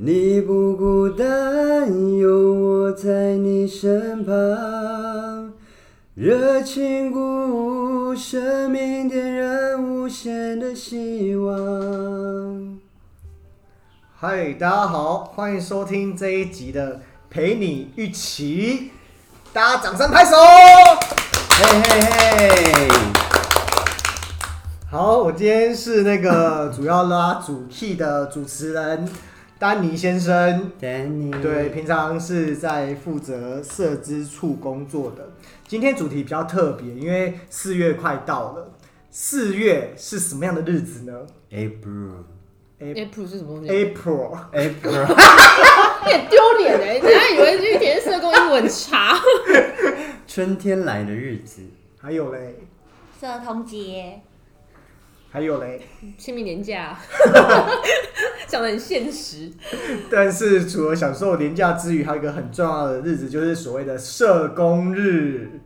你不孤单，有我在你身旁，热情鼓舞，生命点燃无限的希望。 嗨，大家好，欢迎收听这一集的陪你一起，大家掌声拍手！ 嘿嘿嘿！ 好，我今天是那个主要拉主 key 的主持人丹尼先生。 丹尼， 对，平常是在负责社资处工作的。今天主题比较特别，因为4月快到了。4月是什么样的日子呢 April 是什么东西 ？April， 你很丢脸哎！人家以为玉田社工英文差。 春天来的日子。 还有嘞， 社童节， 还有嘞。 清明年假，讲得很现实。 但是除了享受年假之余，还有一个很重要的日子，就是所谓的社工日。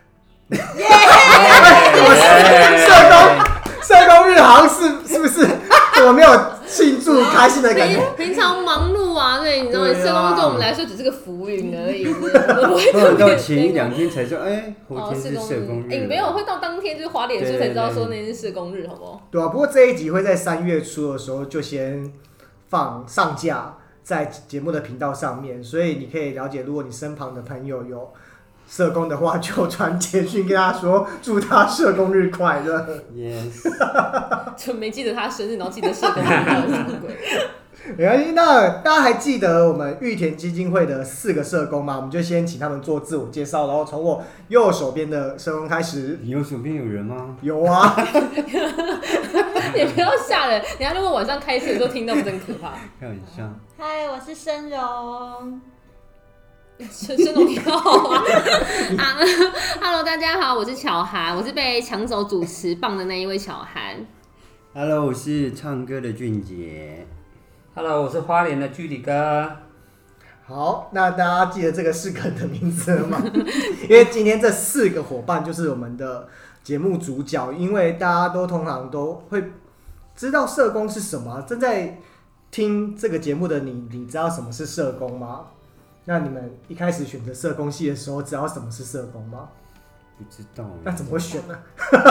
社工日好像是不是？我没有庆祝开心的感觉。 平常忙碌啊，对，你知道吗？社工对我们来说只是个浮云而已，不会到前1-2天才说，后天是社工日。 你没有会到当天就是滑脸书才知道说那天是社工日，好不好？ 对啊，不过这一集会在3月初的时候就先上架在节目的频道上面，所以你可以了解，如果你身旁的朋友有社工的话，就传简讯跟他说，祝他社工日快乐。 Yes， 就没记得他生日，然后记得社工日，到底是什么鬼？ 没关系，那大家还记得我们玉田基金会的4个社工吗？我们就先请他们做自我介绍，然后从我右手边的社工开始。 你右手边有人吗？ 有啊。 也不要吓人，人家如果晚上开车的时候听到，不是很可怕？ 开玩笑。 嗨，我是申荣。 申荣你好啊！Hello， 大家好，我是巧涵，我是被抢走主持棒的那一位巧涵。 Hello， 我是唱歌的俊杰。 Hello， 我是花莲的居里哥。 好，那大家记得这个4个人的名字了吗？因为今天这4个伙伴就是我们的节目主角，因为大家都通常都会知道社工是什么。正在听这个节目的你知道什么是社工吗？那你们一开始选择社工系的时候，知道什么是社工吗？ 不知道。 那怎么会选呢？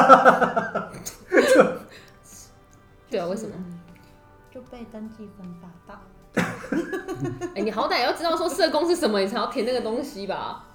对啊，为什么？ 就被登记分发到。 你好歹也要知道说社工是什么，你才要填那个东西吧？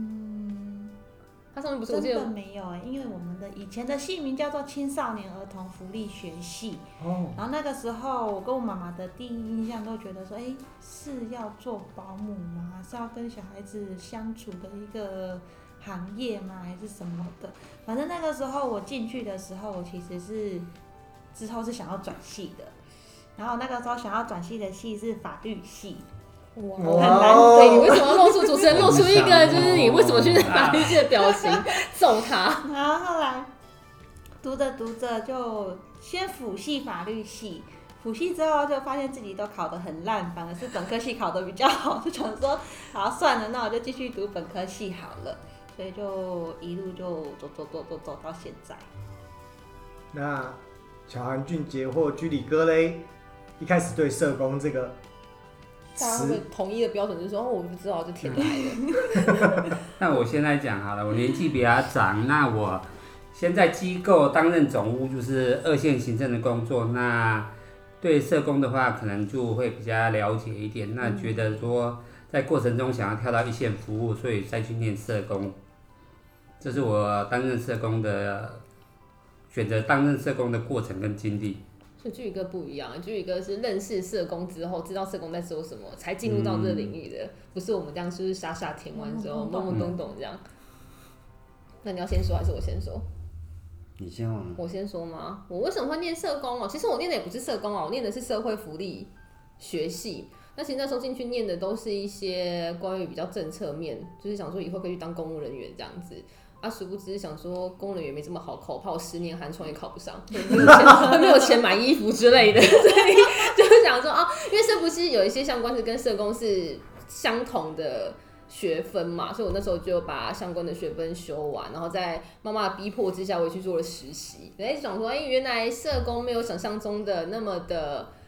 它上面不是我记得真的没有因为我们的以前的系名叫做青少年儿童福利学系。然后那个时候，我跟我妈妈的第一印象都觉得说，是要做保姆吗？是要跟小孩子相处的一个行业吗？还是什么的？反正那个时候我进去的时候，我其实是之后是想要转系的。然后那个时候想要转系的系是法律系。 哇，很难对，你为什么要露出主持人露出一个就是你为什么去法律系的表情，揍他？ 然后后来读着就先辅系法律系，辅系之后就发现自己都考得很烂，反而是本科系考得比较好，就想说好算了，那我就继续读本科系好了，所以就一路就走到现在。 那巧涵、俊杰或居里哥嘞，一开始对社工这个大家会统一的标准就是说，我不知道就填来的。 那我先来讲好了，我年纪比较长，那我先在机构担任总务，就是2线行政的工作。那对社工的话，可能就会比较了解一点。那觉得说在过程中想要跳到1线服务，所以再去念社工。这是我担任社工的选择担任社工的过程跟经历。 所以居宇哥不一样，居宇哥是认识社工之后，知道社工在做什么，才进入到这个领域的，不是我们这样就是傻傻填完之后懵懵懂懂这样。那你要先说还是我先说？ 你先好吗？ 我先说吗？我为什么会念社工其实我念的也不是社工我念的是社会福利学系。那其实那时候进去念的都是一些关于比较政策面，就是想说以后可以去当公务人员这样子。殊不知想说公务人员没这么好考，怕我10年寒窗也考不上，没有钱买衣服之类的，所以就想说因为社福系有一些相关是跟社工是相同的学分嘛，所以我那时候就把相关的学分修完，然后在妈妈的逼迫之下，我也去做了实习。想说，原来社工没有想象中的那么的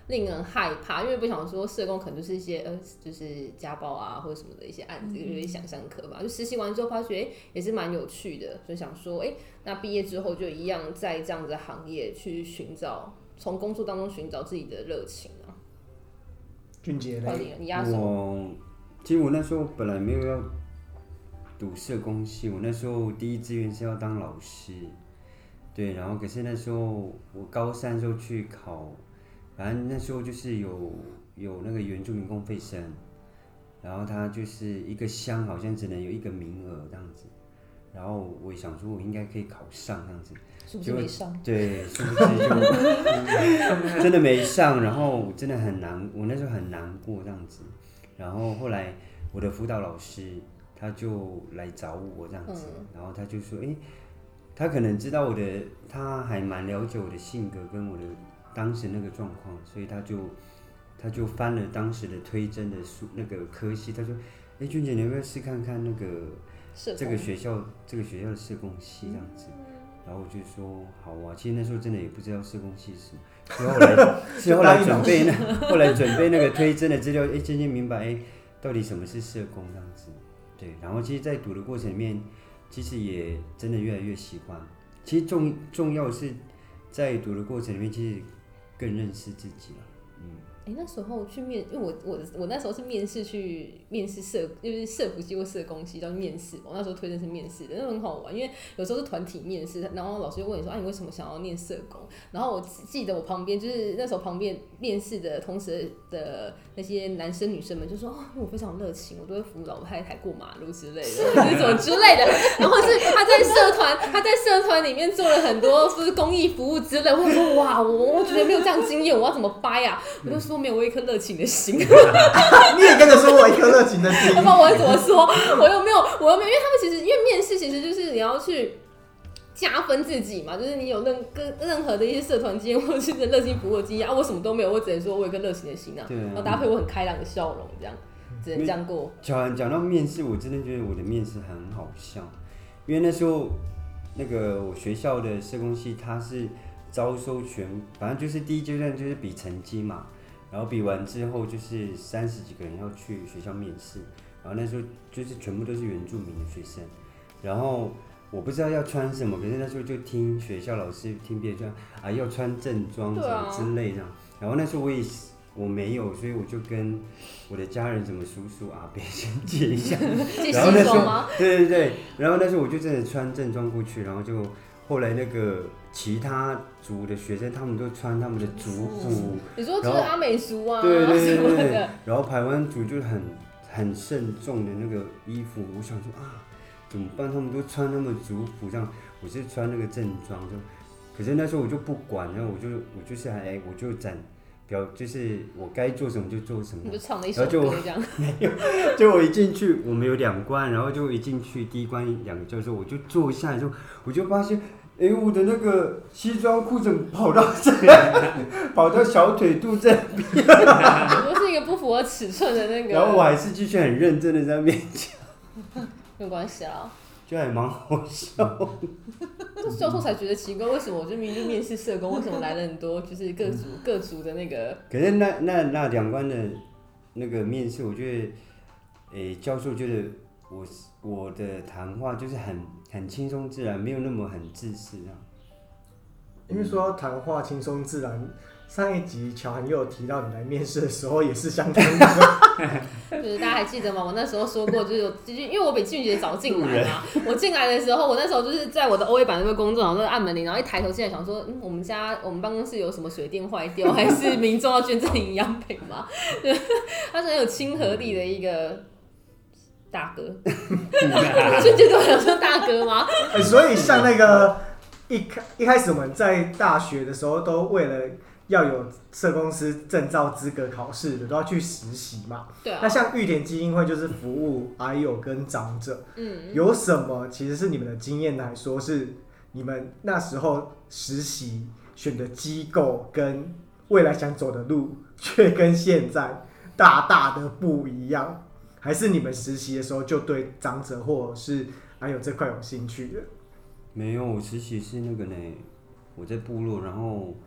令人害怕，因为不想说社工可能就是一些就是家暴啊或者什么的一些案子，有点想象可怕。就实习完之后发觉，也是蛮有趣的，就想说，那毕业之后就一样在这样子的行业去寻找，从工作当中寻找自己的热情啊。 俊杰嘞， 你压手？ 其实我那时候本来没有要读社工系，我那时候第一志愿是要当老师，对，然后可是那时候我高三的时候去考，反正那时候就是有那个原住民公费生，然后他就是一个乡好像只能有1个名额这样子，然后我也想说我应该可以考上这样子， 是不是没上？ 对，是不是就真的没上，然后真的很难，我那时候很难过这样子，然后后来我的辅导老师他就来找我这样子，然后他就说，他可能知道他还蛮了解我的性格跟我的当时那个状况，所以他就翻了当时的推甄的那个科系，他说，俊姐你要不要试看看那个这个学校的社工系这样子，然后我就说好啊，其实那时候真的也不知道社工系是什么，是后来准备那个推甄的资料，渐渐明白，到底什么是社工这样子，对，然后其实，在读的过程里面，其实也真的越来越习惯。其实重要的是在读的过程里面，其实更认识自己了。 那时候去面，因为我那时候是面试就是社服系或社工系叫面试，我那时候推荐是面试的，那很好玩，因为有时候是团体面试，然后老师就问你说，你为什么想要念社工？然后我记得我旁边就是那时候旁边面试的同时的那些男生女生们就说，因为我非常热情，我都会扶老太太过马路之类的，就是什么之类的。然后是他在社团里面做了很多就是公益服务之类，我就说哇，我觉得没有这样经验，我要怎么掰啊？我就说没有我一颗热情的心。你也跟着说我一颗热情的心。 要不然我会怎么说？我又没有，因为他们其实因为面试其实就是你要去加分自己嘛，就是你有任何的一些社团经验或者是热心服务的经验我什么都没有，我只能说我有一颗热情的心啊，然后搭配我很开朗的笑容，这样只能这样过。 讲到面试，我真的觉得我的面试很好笑，因为那时候那个我学校的社工系它是招收反正就是第一阶段就是比成绩嘛。然后比完之后就是30几个人要去学校面试，然后那时候就是全部都是原住民的学生，然后我不知道要穿什么，可是那时候就听学校老师听别人说要穿正装什么之类的，然后那时候我没有，所以我就跟我的家人什么叔叔阿伯先借一下，然后那时候对，然后那时候我就真的穿正装过去，然后就后来那个其他族的学生他们都穿他们的族服， 你说就是阿美族啊， 对，然后排湾族就很慎重的那个衣服，我想说怎么办？他们都穿那么族服，这样我是穿那个正装，可是那时候我就不管，然后我就是我就就是我该做什么就做什么， 你就唱了一首歌这样。 没有，就我一进去，我们有2关，然后就一进去第一关2个教授，我就坐下来之后，我就发现。我的那个西装裤怎么跑到跑到小腿肚这边？ 我是一个不符合尺寸的那个。 然后我还是继续很认真的在那边讲。 没关系啊。 就还蛮好笑。 教授才觉得奇怪，为什么我就明明就面试社工，为什么来了很多就是各族的那个？ 可是那2关的那个面试，我觉得，教授觉得我的谈话就是很轻松自然，没有那么很自私啊。 因为说谈话轻松自然，上一集乔涵又有提到你来面试的时候也是相当的。 就是大家还记得吗？我那时候说过，就是因为我比俊杰早进来嘛，我进来的时候，我那时候就是在我的 OA 版那边工作，然后按门铃，然后一抬头进来想说，我们办公室有什么水电坏掉，还是民众要捐赠营养品吗？对，他是很有亲和力的一个大哥。俊杰对我想说大哥吗？ 所以像那个一开始我们在大学的时候，都为了要有社工师证照资格考试的，都要去实习嘛。 对啊。 那像玉田基金会就是服务癌友跟长者，有什么其实是你们的经验来说，是你们那时候实习选的机构跟未来想走的路，却跟现在大大的不一样？还是你们实习的时候就对长者或者是癌友这块有兴趣的？ 没有，我实习是那个呢，我在部落，然后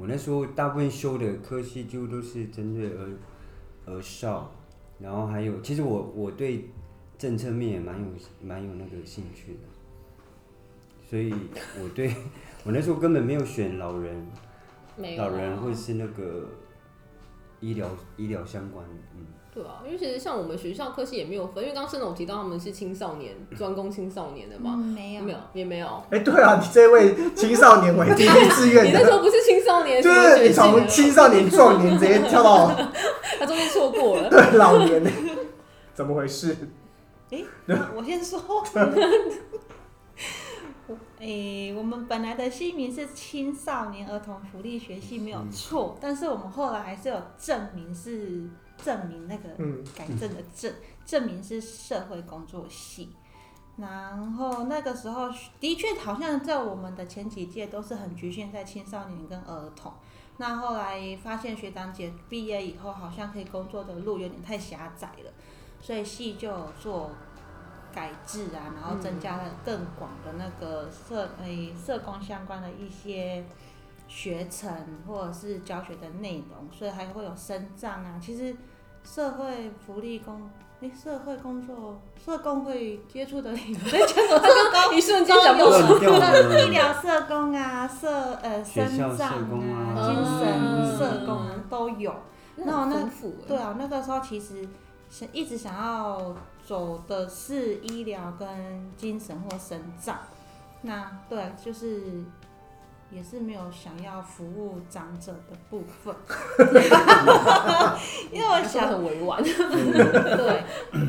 我那时候大部分修的科系几乎都是针对儿少，然后还有，其实我对政策面也蛮有那个兴趣的，所以我那时候根本没有选老人，老人或者是那个医疗相关的， 对啊，因为其实像我们学校科系也没有分，因为刚刚盛总有提到他们是青少年专攻青少年的嘛， 没有， 也没有。 对啊，你这位青少年为第一志愿的， 你那时候不是青少年， 就是你从青少年壮年直接跳到， 他中间错过了， 对老年，怎么回事？ 我先说。我们本来的系名是青少年儿童福利学系没有错，但是我们后来还是有证明那个改正的证明是社会工作系。然后那个时候的确好像在我们的前几届都是很局限在青少年跟儿童。那后来发现学长姐毕业以后好像可以工作的路有点太狭窄了，所以系就有做改制啊，然后增加了更广的那个社工相关的一些学程或者是教学的内容，所以还会有身障啊。其实社会福利社会工作社工会接触的领域， 一瞬间讲不出医疗社工啊，身障啊，精神社工啊都有。 那很丰富。 对啊，那个时候其实一直想要走的是医疗跟精神或身障，那对，就是也是没有想要服务长者的部分，因为我想很委婉， 对，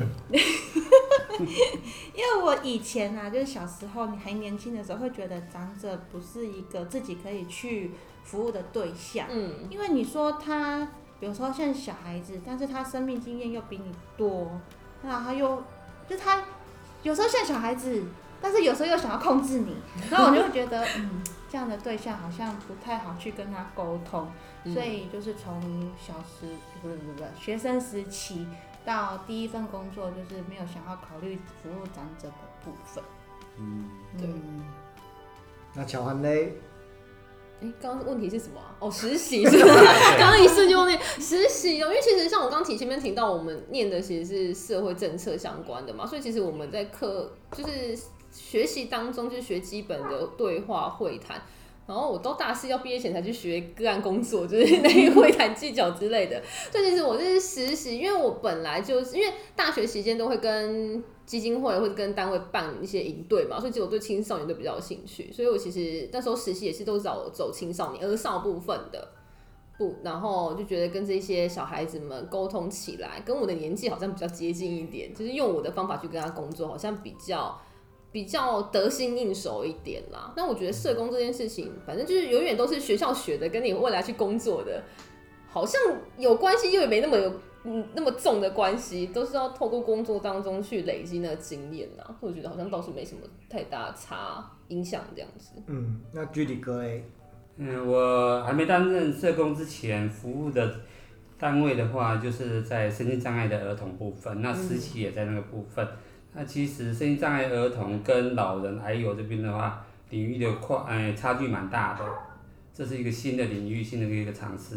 因为我以前啊，就是小时候你还年轻的时候，会觉得长者不是一个自己可以去服务的对象，因为你说他有时候像小孩子，但是他生命经验又比你多，那他就他有时候像小孩子，但是有时候又想要控制你，然后我就会觉得，这样的对象好像不太好去跟他沟通，所以就是从学生时期到第一份工作，就是没有想要考虑服务长者的部分。 对。 那乔涵嘞？ 刚刚问题是什么啊？实习是吧？刚刚一瞬就忘记实习哦，因为其实像我刚前面提到，我们念的其实是社会政策相关的嘛，所以其实我们在就是学习当中就是学基本的对话会谈，然后我到大四要毕业前才去学个案工作，就是那些会谈技巧之类的。所以其实我就是实习，因为我本来就是因为大学期间都会跟基金会或者跟单位办一些营队嘛，所以其实我对青少年都比较有兴趣，所以我其实那时候实习也是都走青少年儿少部分的。然后就觉得跟这些小孩子们沟通起来，跟我的年纪好像比较接近一点，就是用我的方法去跟他工作，好像比较得心应手一点啦。但我觉得社工这件事情，反正就是永远都是学校学的，跟你未来去工作的，好像有关系，又也没那么重的关系，都是要透过工作当中去累积那个经验啦。我觉得好像倒是没什么太大差影响这样子。 那具体哥嘞？ 我还没担任社工之前，服务的单位的话，就是在身心障碍的儿童部分，那实习也在那个部分。那其实身心障碍儿童跟老人还有这边的话，领域的差距蛮大的，这是一个新的领域，新的一个尝试。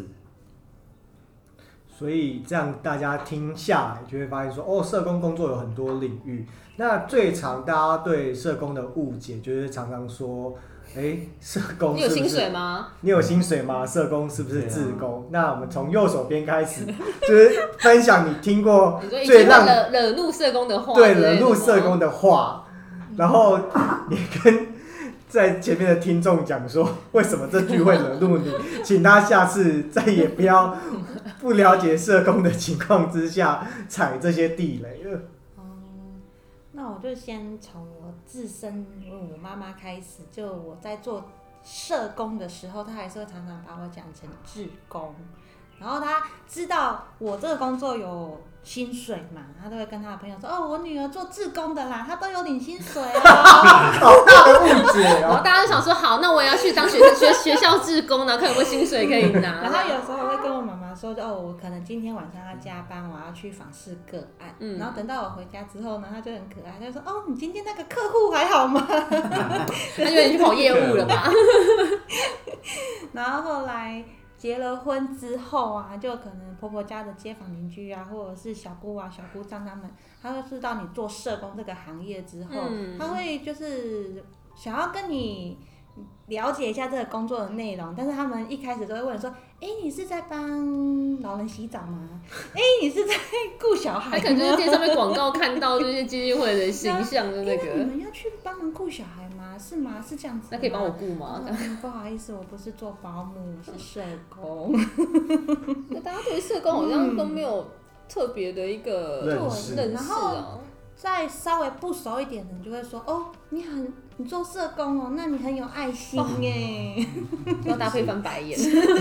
所以这样大家听下来就会发现说，社工工作有很多领域。那最常大家对社工的误解就是常常说，社工是不是你有薪水吗？ 你有薪水吗？社工是不是志工？那我们从右手边开始，就是分享你听过最让惹怒社工的话， 对，惹怒社工的话，然后你跟在前面的听众讲说，为什么这句会惹怒你，请他下次再也不了解社工的情况之下踩这些地雷了。 那我就先从我自身我妈妈开始，就我在做社工的时候，她还是会常常把我讲成志工。 然后他知道我这个工作有薪水嘛，他都会跟他的朋友说：“哦，我女儿做志工的啦，她都有领薪水哦。” 好大的误解然后哦。 大家就想说，好，那我也要去当学校志工呢，看有没有薪水可以拿。 然后有时候我会跟我妈妈说：“哦，我可能今天晚上要加班，我要去访视个案。然后等到我回家之后呢，他就很可爱，他就说：“哦，你今天那个客户还好吗？” 他以为你去跑业务了吧？ 然后后来结了婚之后啊，就可能婆婆家的街坊邻居啊，或者是小姑啊、小姑丈他们，他会知道你做社工这个行业之后，他会就是想要跟你了解一下这个工作的内容，但是他们一开始都会问说：“哎，你是在帮老人洗澡吗？哎，你是在顾小孩吗？” 他可能就是电视上面广告看到这些基金会的形象的那你个。 们要去帮忙顾小孩吗？是吗？是这样子吗？ 那可以帮我顾吗？ 不好意思，我不是做保姆，我是社工。 大家对社工好像都没有特别的一个认识啊。 再稍微不熟一点的人就会说：“哦，你做社工哦，那你很有爱心耶。” 要搭配翻白眼。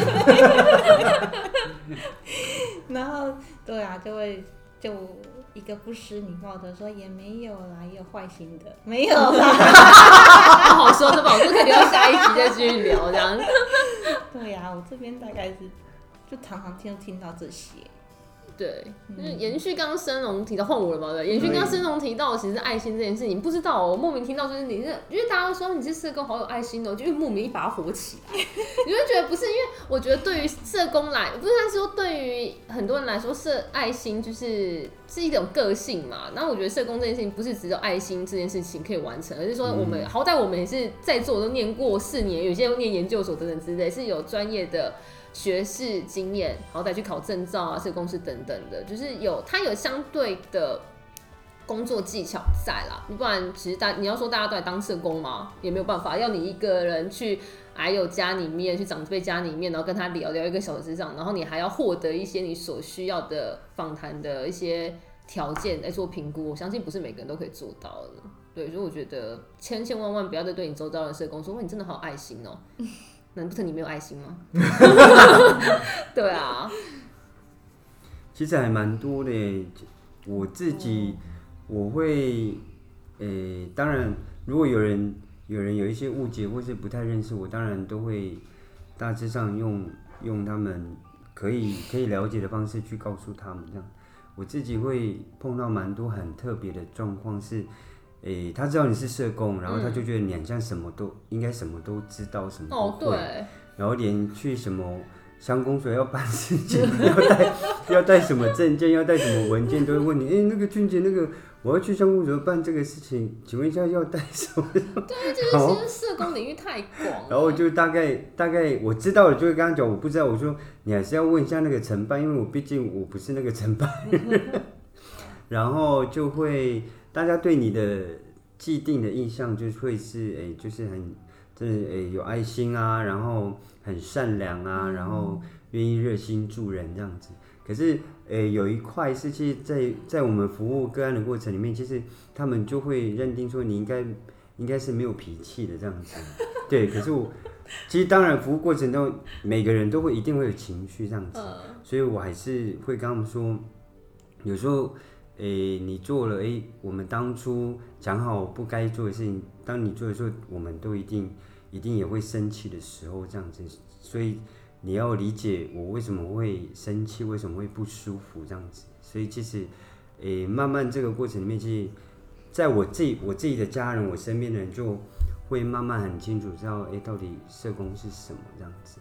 然后对啊，就一个不失礼貌的说：“也没有啦，也有坏心的，没有啦。” 不好说，这吧，我都可以留到下一集再继续聊这样。 对啊，我这边大概是就常常听到这些。 对，就是延续刚刚生龙提到换我了嘛，对，延续刚刚生龙提到，其实爱心这件事情，不知道我莫名听到就是你是，因为大家都说你是社工好有爱心哦，就莫名一把它火起来，你会觉得不是，因为我觉得对于社工来，不是他说对于很多人来说，爱心是一种个性嘛，然后我觉得社工这件事情不是只有爱心这件事情可以完成，而是说我们好歹我们也是在座都念过4年，有些念研究所等等之类，是有专业的学士经验，好歹去考证照啊，社工师等等的，就是他有相对的工作技巧在啦。不然其实你要说大家都来当社工嘛，也没有办法，要你一个人去癌友家里面，去长辈家里面，然后跟他聊1个小时上，然后你还要获得一些你所需要的访谈的一些条件来做评估，我相信不是每个人都可以做到的。对，所以我觉得千万不要再对你周遭的社工说：“哇，你真的好有爱心哦。”难不成你没有爱心吗？对啊， 其实还蛮多的。我自己我会，当然，如果有人有一些误解或是不太认识我，当然都会大致上用他们可以了解的方式去告诉他们。这样，我自己会碰到蛮多很特别的状况是。他知道你是社工，然后他就觉得你很像应该什么都知道，什么都会， 对， 然后连去什么乡公所要办事情，要带什么证件，要带什么文件，都会问你。那个俊杰，那个我要去乡公所办这个事情，请问一下要带什么？ 对，就是社工领域太广了。 然后我就大概我知道了，就会跟他讲，我不知道，我说你还是要问一下那个承办，因为毕竟我不是那个承办人。然后就会。大家对你的既定的印象就会是，就是很，真的有爱心啊，然后很善良啊，然后愿意热心助人这样子。可是，有一块是，其实在我们服务个案的过程里面，其实他们就会认定说你应该是没有脾气的这样子。对，可是其实当然服务过程中每个人都一定会有情绪这样子，所以我还是会跟他们说，有时候。你做了我们当初讲好不该做的事情，当你做的时候，我们都一定也会生气的时候，这样子，所以你要理解我为什么会生气，为什么会不舒服这样子。所以其实，慢慢这个过程里面，其实在我自己的家人，我身边的人就会慢慢很清楚知道，到底社工是什么这样子，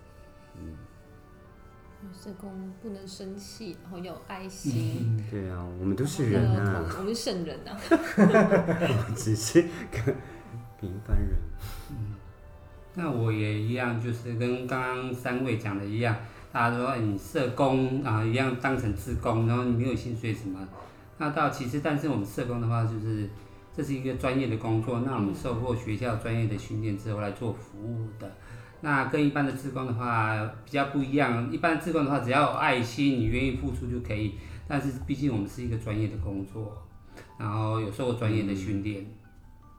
社工不能生气，然后要有爱心。 对啊，我们都是人啊， 我们是圣人啊。 我们只是个平凡人。 那我也一样，就是跟刚刚3位讲的一样，大家说你社工啊一样当成志工，然后你没有薪水什么。那但是我们社工的话，就是这是一个专业的工作，那我们受过学校专业的训练之后来做服务的。那跟一般的志工的话比较不一样，一般的志工的话只要有爱心，你愿意付出就可以。但是毕竟我们是一个专业的工作，然后有受过专业的训练。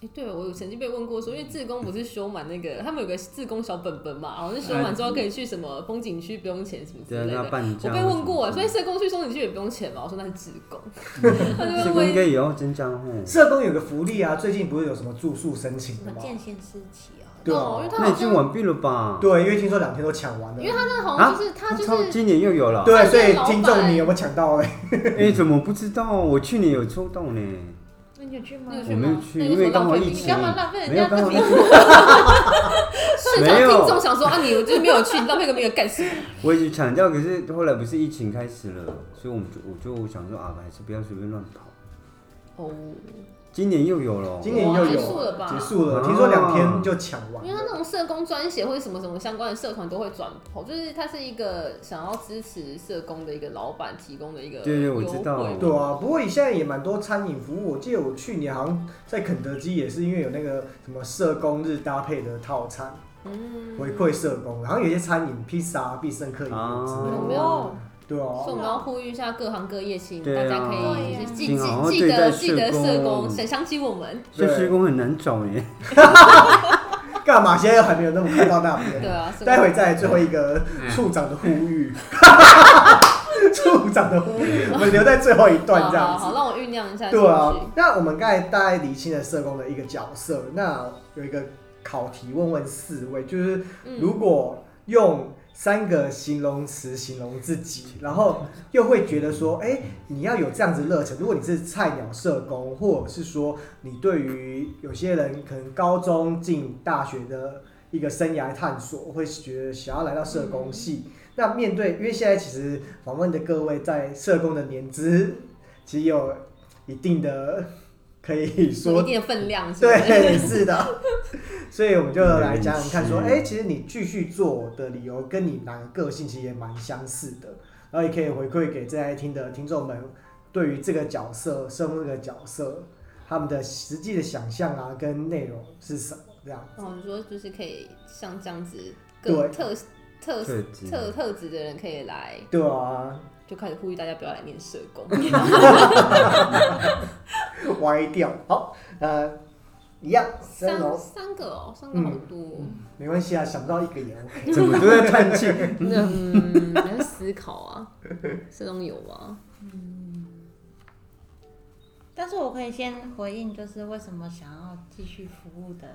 对，我有曾经被问过说，因为志工不是修满那个，他们有个志工小本本嘛，好像是修满之后可以去什么风景区不用钱什么之类的。我被问过，所以社工去风景区也不用钱嘛？我说那是志工。 社工应该也要增加哦。 社工有个福利啊，最近不是有什么住宿申请的吗？ 见贤思齐啊。 对啊， 那已经完毕了吧？ 对，因为听说2天都抢完了。 因为他那好像就是他就是今年又有了。 对，所以听众你有没有抢到嘞？ 哎，怎么不知道？我去年有抽到呢。 你有去吗？ 我没有去，因为刚好疫情。 你干嘛浪费人没有家的名额？现场听众想说啊，你就是没有去，你浪费个名额干什么？ 我已经抢掉，可是后来不是疫情开始了，所以我就想说啊，还是不要随便乱跑。 哦。 今年又有了， 今年又有结束了吧？ 结束了，听说2天就抢完。 因为他那种社工专写或者什么什么相关的社团都会转跑，就是他是一个想要支持社工的一个老板提供的一个对，我知道。 对啊，不过现在也蛮多餐饮服务，我记得我去年好像在肯德基也是因为有那个什么社工日搭配的套餐，回馈社工，然后有些餐饮披萨、必胜客也有之类的。对啊， 所以我们要呼吁一下各行各业，请大对家可以记得社工，想起我们。 这社工很难找耶。 干嘛？现在还没有那么快到那边。 对啊， 待会再来最后一个处长的呼吁。处长的呼吁，我们留在最后一段这样子。 好，让我酝酿一下。 对啊，那我们刚才大概厘清了社工的一个角色，那有一个考题问4位，就是如果用3个形容词形容自己，然后又会觉得说，你要有这样子热忱。如果你是菜鸟社工，或者是说你对于有些人可能高中进大学的一个生涯探索，会觉得想要来到社工系，那面对，因为现在其实访问的各位在社工的年资，其实有一定的可以说一定的分量， 对，是的。所以我们就来讲讲看，说，其实你继续做的理由跟你哪个个性其实也蛮相似的，然后也可以回馈给正在听的听众们，对于这个角色，社工这个角色，他们的实际的想象啊，跟内容是什么这样子。 你说就是可以像这样子， 对特质的人可以来， 对啊， 就开始呼吁大家不要来念社工， 歪掉。好，一样三个好多， 没关系啊，想不到一个也 OK。 怎么都在叹气？ 你在思考啊，社工有吗？ 但是我可以先回应，就是为什么想要继续服务的，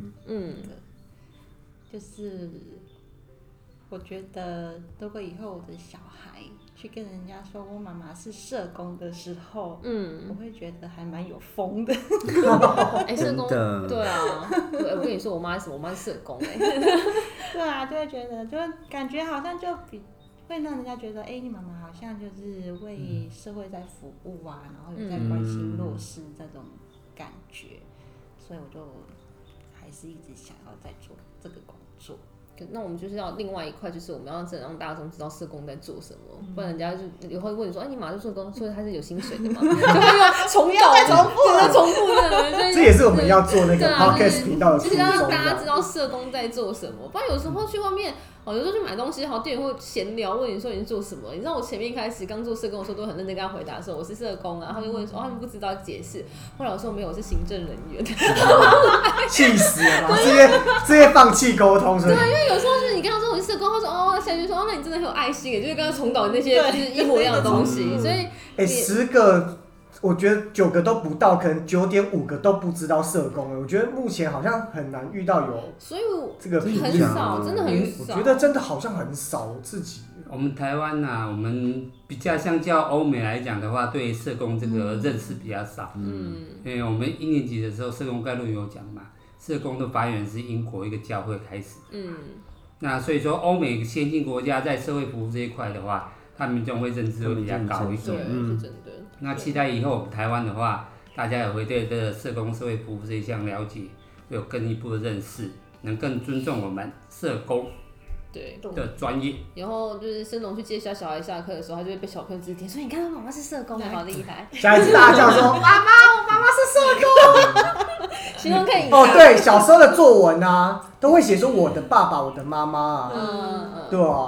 就是我觉得如果以后我的小孩去跟人家说我妈妈是社工的时候，我会觉得还蛮有风的。 社工，对啊，我跟你说，我妈是社工对啊，就会觉得，就感觉好像就会让人家觉得，你妈妈好像就是为社会在服务啊，然后有在关心弱势这种感觉，所以我就还是一直想要在做这个工作。 那我们就是要另外一块，就是我们要真的让大众知道社工在做什么，不然人家就以后问你说，你马上社工，所以他是有薪水的吗？就会重搞，重复的， 这也是我们要做那个 podcast 频道的初衷， 就是要让大家知道社工在做什么。不然有时候去外面，有时候去买东西，店员会闲聊问你说你是做什么。你知道我前面一开始刚做社工的时候，都很认真跟他回答说我是社工啊，他就问说他们不知道解释。后来我说没有，我是行政人员。 气死了嘛！直接放弃沟通，是吧？ 对，因为有时候就是你跟他说我是社工，他说下一句说那你真的很有爱心，就是跟他重蹈那些就是一模一样的东西，所以 10个。我觉得9个都不到，可能9.5个都不知道社工了。我觉得目前好像很难遇到有， 所以这个很少，真的很少。 我觉得真的好像很少，我自己。 我们台湾我们比较相较欧美来讲的话，对社工这个认识比较少。因为我们1年级的时候，社工概论有讲嘛，社工的发源是英国一个教会开始。那所以说，欧美先进国家在社会服务这一块的话，他民众会认知会比较高一点。 是真的。 那期待以后我们台湾的话，大家也会对这个社工社会服务这一项了解，会有更一步的认识，能更尊重我们社工的专业。 然后就是生龙去接小孩下课的时候，他就会被小朋友指点说：“你看，妈妈是社工，好厉害！” 下一次大叫说：“妈妈，我妈妈是社工。”希望可以。 对，小时候的作文啊，都会写说我的爸爸、我的妈妈啊。对啊。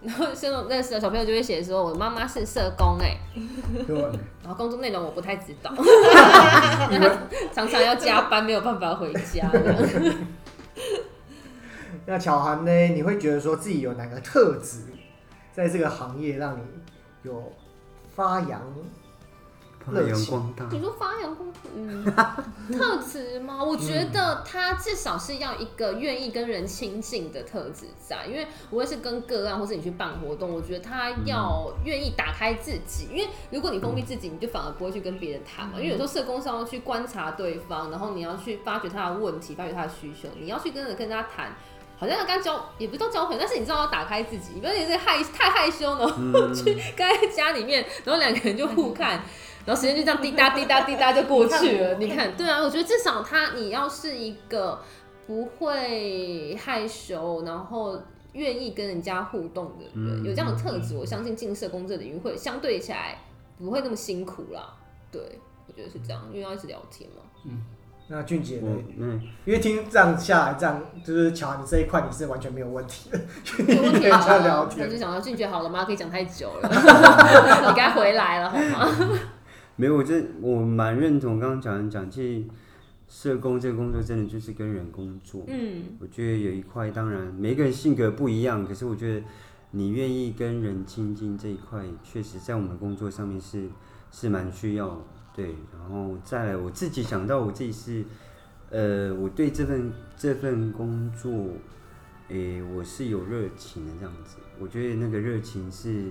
然后那时候小朋友就会写说，我妈妈是社工对， 然后工作内容我不太知道，常常要加班，没有办法回家。 那巧涵呢？你会觉得说自己有哪个特质，在这个行业让你有发扬光大？ 你说发扬光特质吗？我觉得他至少是要一个愿意跟人亲近的特质在，因为无论是跟个案，或是你去办活动，我觉得他要愿意打开自己。因为如果你封闭自己，你就反而不会去跟别人谈嘛。因为有时候社工是要去观察对方，然后你要去发掘他的问题，发掘他的需求，你要去跟他谈。好像要跟他也不是交朋友，但是你知道要打开自己，不要太害羞，然后去跟在家里面，然后两个人就互看，然后时间就这样滴答滴答滴答就过去了。你看，对啊，我觉得至少你要是一个不会害羞，然后愿意跟人家互动的人，有这样的特質，我相信进社工这领域会相对起来不会那么辛苦啦。对，我觉得是这样，因为要一直聊天嘛。 那俊杰呢？因为听这样下来，这样就是巧涵你这一块你是完全没有问题的， 有问题啊！ 聊天。 我就想到俊杰好了吗？可以讲太久了，你该回来了好吗？ 没有，我蛮认同刚刚讲，其实社工这个工作真的就是跟人工作。我觉得有一块，当然每个人性格不一样，可是我觉得你愿意跟人亲近这一块，确实在我们工作上面是蛮需要的。对，然后再来，我自己想到我自己是，我对这份工作，我是有热情的这样子。我觉得那个热情是，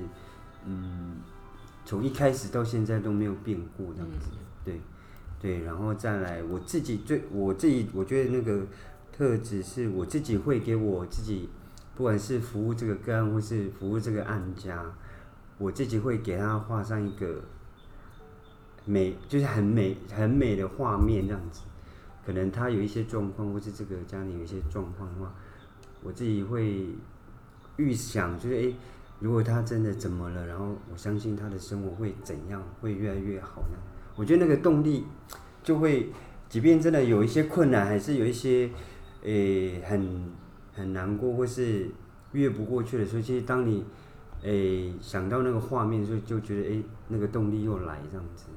从一开始到现在都没有变过这样子。对，然后再来，我自己我觉得那个特质是我自己会给我自己，不管是服务这个个案或是服务这个案家，我自己会给他画上一个。就是很美的画面这样子，可能他有一些状况，或是这个家庭有一些状况的话，我自己会预想，就是如果他真的怎么了，然后我相信他的生活会怎样，会越来越好呢？我觉得那个动力就会，即便真的有一些困难，还是有一些很难过，或是越不过去的时候，其实当你想到那个画面的时候，就觉得那个动力又来这样子。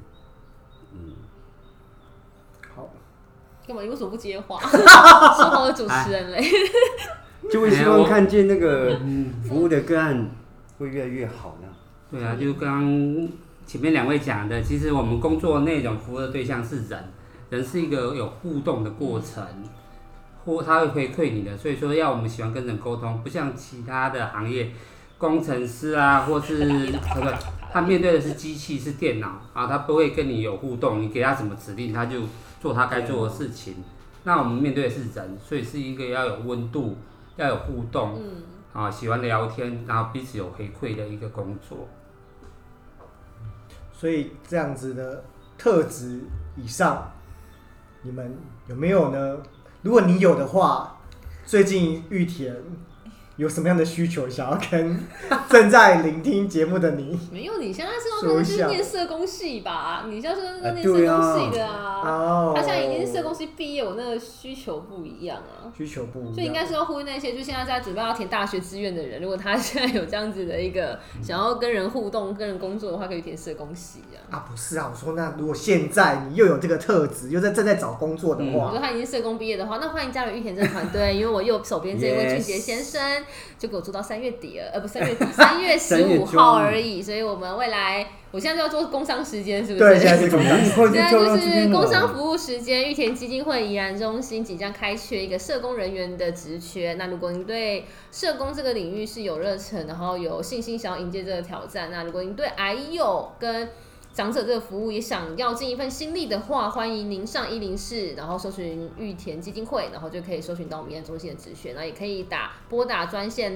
好， 干嘛？你为什么不接话？说好的主持人嘞， 就会希望看见那个服务的个案会越来越好呢。 对啊，就刚刚前面两位讲的，其实我们工作内容服务的对象是人，人是一个有互动的过程，或他会回馈你的，所以说我们喜欢跟人沟通，不像其他的行业，工程师啊，或是他面对的是机器，是电脑啊，他不会跟你有互动，你给他什么指令，他就做他该做的事情。那我们面对的是人，所以是一个要有温度，要有互动，喜欢聊天，然后彼此有回馈的一个工作。 所以这样子的特质以上，你们有没有呢？如果你有的话，最近玉田有什么样的需求想要跟正在聆听节目的你？ 没有，你现在是要去念社工系吧？你现在是念社工系的啊。他现在已经是社工系毕业，我那个需求不一样啊。 需求不一样， 所以应该是要呼吁那些就现在在准备要填大学志愿的人，如果他现在有这样子的一个想要跟人互动、跟人工作的话，可以填社工系啊。 不是啊，我说那如果现在你又有这个特质，又正在找工作的话， 我说他已经是社工毕业的话，那欢迎加入玉田这个团队，因为我右手边这位俊杰先生就给我做到3月底了，不3月底，3月15号而已，所以我们未来。我现在就要做工商时间，是不是？ 对，现在是工商。 现在就是工商服务时间。玉田基金会宜兰中心即将开缺一个社工人员的职缺。那如果您对社工这个领域是有热忱，然后有信心想要迎接这个挑战，那如果您对癌友跟长者这个服务也想要尽一份心力的话，欢迎您上104，然后搜寻玉田基金会，然后就可以搜寻到我们宜兰中心的职缺。那也可以拨打专线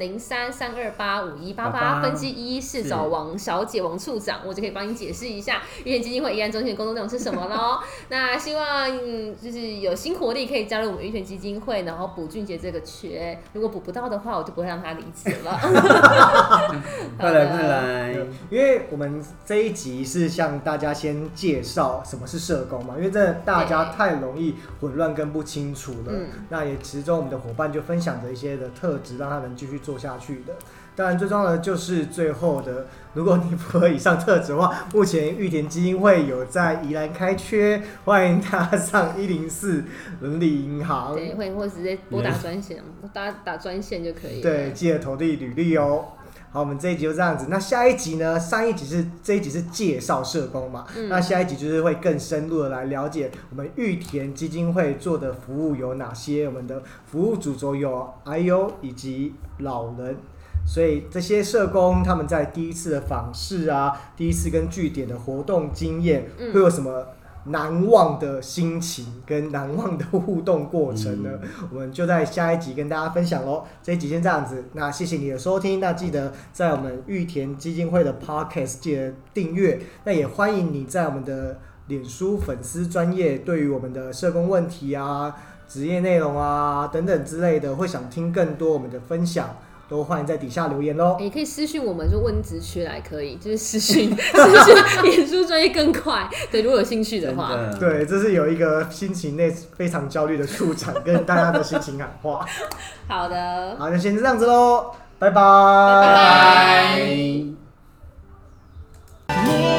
03-328-5188，分机114找王小姐、王处长，我就可以帮你解释一下玉田基金会宜兰中心的工作内容是什么咯。那希望就是有新活力可以加入我们玉田基金会，然后补俊杰这个缺。如果补不到的话，我就不会让他离职了。 快来， 因为我们这一集是向大家先介绍什么是社工嘛，因为真的大家太容易混乱跟不清楚了。那也其中我们的伙伴就分享着一些的特质，让他能继续做下去的。 当然最重要的就是最后的，如果你符合以上特质的话，目前玉田基金会有在宜兰开缺，欢迎大家上104伦理银行， 对，或者直接拨打专线，打专线就可以了。 对，记得投递履历哦。好，我们这一集就这样子。那下一集呢？这一集是介绍社工嘛？那下一集就是会更深入的来了解我们玉田基金会做的服务有哪些。我们的服务主轴有 IU 以及老人，所以这些社工他们在第一次的访视啊，第一次跟据点的活动经验，会有什么难忘的心情跟难忘的互动过程呢？我们就在下一集跟大家分享咯。这一集先这样子，那谢谢你的收听，那记得在我们玉田基金会的 Podcast 记得订阅，那也欢迎你在我们的脸书粉丝专页对于我们的社工问题啊、职业内容啊等等之类的，会想听更多我们的分享，都欢迎在底下留言咯。 也可以私讯我们，就问职缺来可以，就是私讯脸书专业更快。对，如果有兴趣的话， 对，这是有一个心情内非常焦虑的处长跟大家的心情喊话。 好的， 好，就先这样子咯，拜拜， 拜拜。 你